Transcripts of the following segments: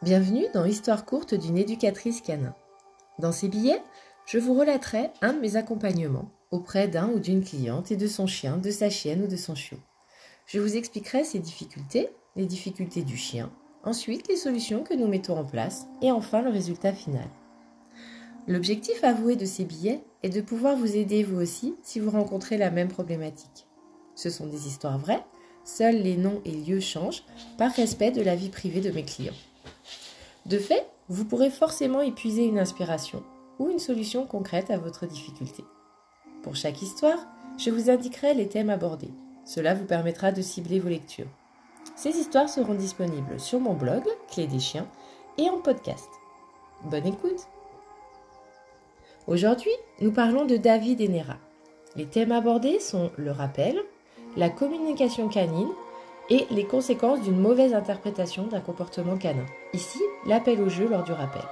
Bienvenue dans Histoire courte d'une éducatrice canin. Dans ces billets, je vous relaterai un de mes accompagnements auprès d'un ou d'une cliente et de son chien, de sa chienne ou de son chiot. Je vous expliquerai ses difficultés, les difficultés du chien, ensuite les solutions que nous mettons en place et enfin le résultat final. L'objectif avoué de ces billets est de pouvoir vous aider vous aussi si vous rencontrez la même problématique. Ce sont des histoires vraies, seuls les noms et lieux changent par respect de la vie privée de mes clients. De fait, vous pourrez forcément épuiser une inspiration ou une solution concrète à votre difficulté. Pour chaque histoire, je vous indiquerai les thèmes abordés. Cela vous permettra de cibler vos lectures. Ces histoires seront disponibles sur mon blog, Clé des chiens, et en podcast. Bonne écoute! Aujourd'hui, nous parlons de David et Nera. Les thèmes abordés sont le rappel, la communication canine et les conséquences d'une mauvaise interprétation d'un comportement canin. Ici, l'appel au jeu lors du rappel.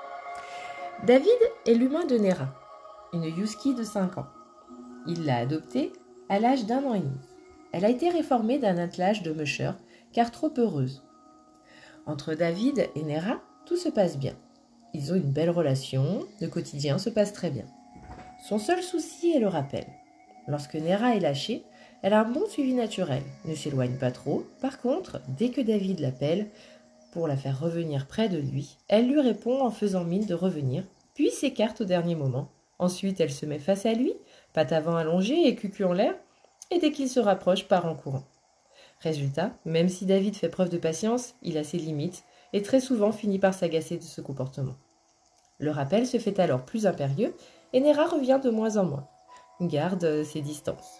David est l'humain de Nera, une husky de 5 ans. Il l'a adoptée à l'âge d'1 an et demi. Elle a été réformée d'un attelage de musher car trop heureuse. Entre David et Nera, tout se passe bien. Ils ont une belle relation, le quotidien se passe très bien. Son seul souci est le rappel. Lorsque Nera est lâchée, elle a un bon suivi naturel, ne s'éloigne pas trop. Par contre, dès que David l'appelle pour la faire revenir près de lui, elle lui répond en faisant mine de revenir, puis s'écarte au dernier moment. Ensuite, elle se met face à lui, pattes avant allongées et cucu en l'air, et dès qu'il se rapproche, part en courant. Résultat, même si David fait preuve de patience, il a ses limites et très souvent finit par s'agacer de ce comportement. Le rappel se fait alors plus impérieux et Nera revient de moins en moins. Garde ses distances.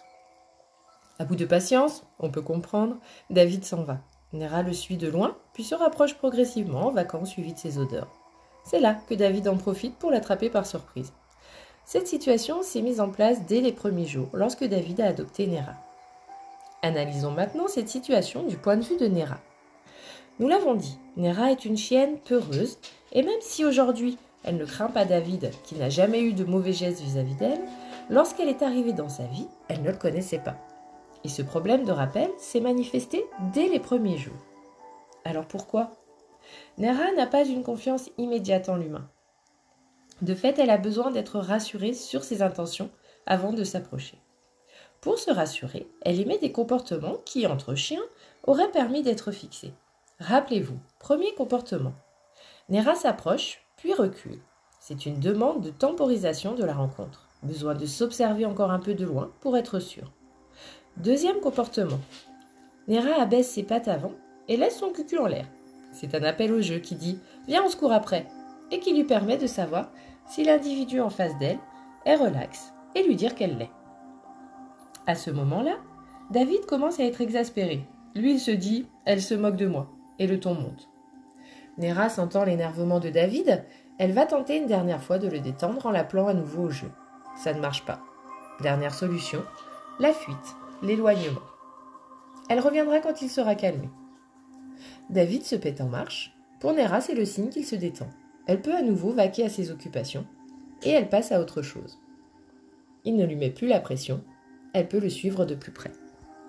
À bout de patience, on peut comprendre, David s'en va. Nera le suit de loin, puis se rapproche progressivement en vaquant suivi de ses odeurs. C'est là que David en profite pour l'attraper par surprise. Cette situation s'est mise en place dès les premiers jours, lorsque David a adopté Nera. Analysons maintenant cette situation du point de vue de Nera. Nous l'avons dit, Nera est une chienne peureuse, et même si aujourd'hui elle ne craint pas David, qui n'a jamais eu de mauvais gestes vis-à-vis d'elle, lorsqu'elle est arrivée dans sa vie, elle ne le connaissait pas. Et ce problème de rappel s'est manifesté dès les premiers jours. Alors pourquoi ? Nera n'a pas une confiance immédiate en l'humain. De fait, elle a besoin d'être rassurée sur ses intentions avant de s'approcher. Pour se rassurer, elle émet des comportements qui, entre chiens, auraient permis d'être fixés. Rappelez-vous, premier comportement. Nera s'approche, puis recule. C'est une demande de temporisation de la rencontre. Besoin de s'observer encore un peu de loin pour être sûr. Deuxième comportement. Nera abaisse ses pattes avant et laisse son cucu en l'air. C'est un appel au jeu qui dit « Viens, on se court après » et qui lui permet de savoir si l'individu en face d'elle est relax et lui dire qu'elle l'est. À ce moment-là, David commence à être exaspéré. Lui, il se dit « Elle se moque de moi » et le ton monte. Nera sentant l'énervement de David, elle va tenter une dernière fois de le détendre en l'appelant à nouveau au jeu. Ça ne marche pas. Dernière solution, la fuite, l'éloignement. Elle reviendra quand il sera calmé. David se pète en marche. Pour Nera, c'est le signe qu'il se détend. Elle peut à nouveau vaquer à ses occupations et elle passe à autre chose. Il ne lui met plus la pression. Elle peut le suivre de plus près.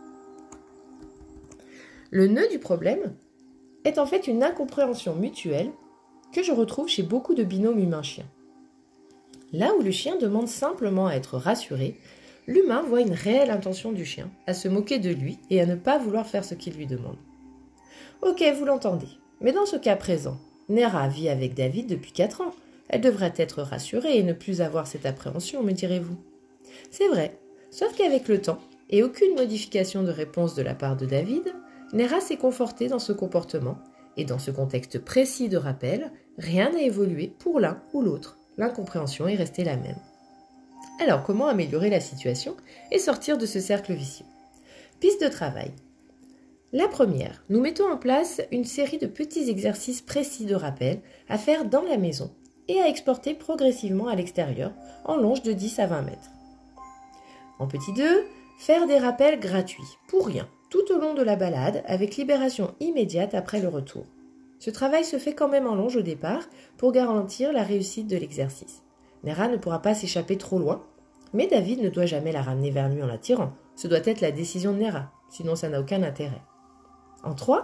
Le nœud du problème est en fait une incompréhension mutuelle que je retrouve chez beaucoup de binômes humain-chien. Là où le chien demande simplement à être rassuré, l'humain voit une réelle intention du chien à se moquer de lui et à ne pas vouloir faire ce qu'il lui demande. Ok, vous l'entendez, mais dans ce cas présent, Nera vit avec David depuis 4 ans. Elle devrait être rassurée et ne plus avoir cette appréhension, me direz-vous. C'est vrai, sauf qu'avec le temps et aucune modification de réponse de la part de David, Nera s'est confortée dans ce comportement et dans ce contexte précis de rappel, rien n'a évolué pour l'un ou l'autre. L'incompréhension est restée la même. Alors, comment améliorer la situation et sortir de ce cercle vicieux ? Piste de travail. La première, nous mettons en place une série de petits exercices précis de rappel à faire dans la maison et à exporter progressivement à l'extérieur en longe de 10 à 20 mètres. En petit 2, faire des rappels gratuits, pour rien, tout au long de la balade, avec libération immédiate après le retour. Ce travail se fait quand même en longe au départ pour garantir la réussite de l'exercice. Nera ne pourra pas s'échapper trop loin, mais David ne doit jamais la ramener vers lui en la tirant. Ce doit être la décision de Nera, sinon ça n'a aucun intérêt. En 3,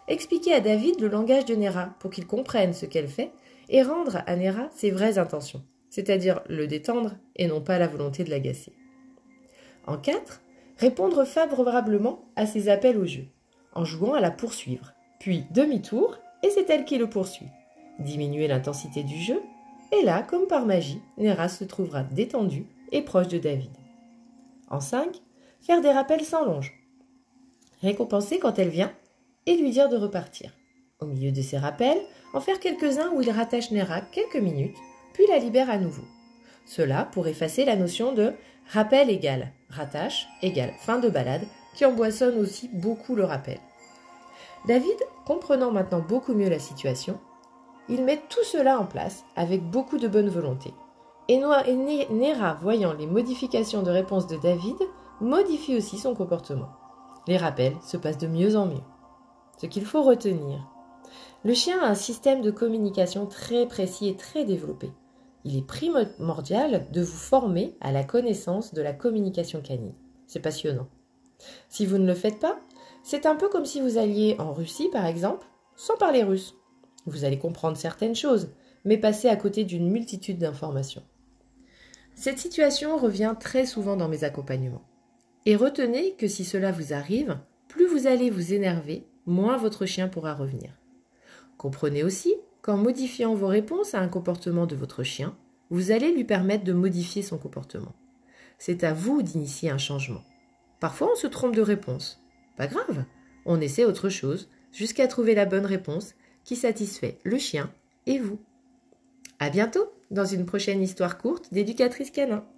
expliquez à David le langage de Néra pour qu'il comprenne ce qu'elle fait et rendre à Néra ses vraies intentions, c'est-à-dire le détendre et non pas la volonté de l'agacer. En 4, répondre favorablement à ses appels au jeu, en jouant à la poursuivre, puis demi-tour et c'est elle qui le poursuit. Diminuer l'intensité du jeu, et là, comme par magie, Néra se trouvera détendue et proche de David. En 5, faire des rappels sans longe. Récompenser quand elle vient et lui dire de repartir. Au milieu de ces rappels, en faire quelques-uns où il rattache Néra quelques minutes, puis la libère à nouveau. Cela pour effacer la notion de rappel égale rattache égale fin de balade qui emboissonne aussi beaucoup le rappel. David, comprenant maintenant beaucoup mieux la situation, il met tout cela en place avec beaucoup de bonne volonté. Et Néra, voyant les modifications de réponse de David, modifie aussi son comportement. Les rappels se passent de mieux en mieux. Ce qu'il faut retenir. Le chien a un système de communication très précis et très développé. Il est primordial de vous former à la connaissance de la communication canine. C'est passionnant. Si vous ne le faites pas, c'est un peu comme si vous alliez en Russie, par exemple, sans parler russe. Vous allez comprendre certaines choses, mais passer à côté d'une multitude d'informations. Cette situation revient très souvent dans mes accompagnements. Et retenez que si cela vous arrive, plus vous allez vous énerver, moins votre chien pourra revenir. Comprenez aussi qu'en modifiant vos réponses à un comportement de votre chien, vous allez lui permettre de modifier son comportement. C'est à vous d'initier un changement. Parfois, on se trompe de réponse. Pas grave, on essaie autre chose jusqu'à trouver la bonne réponse qui satisfait le chien et vous. À bientôt dans une prochaine histoire courte d'éducatrice canin.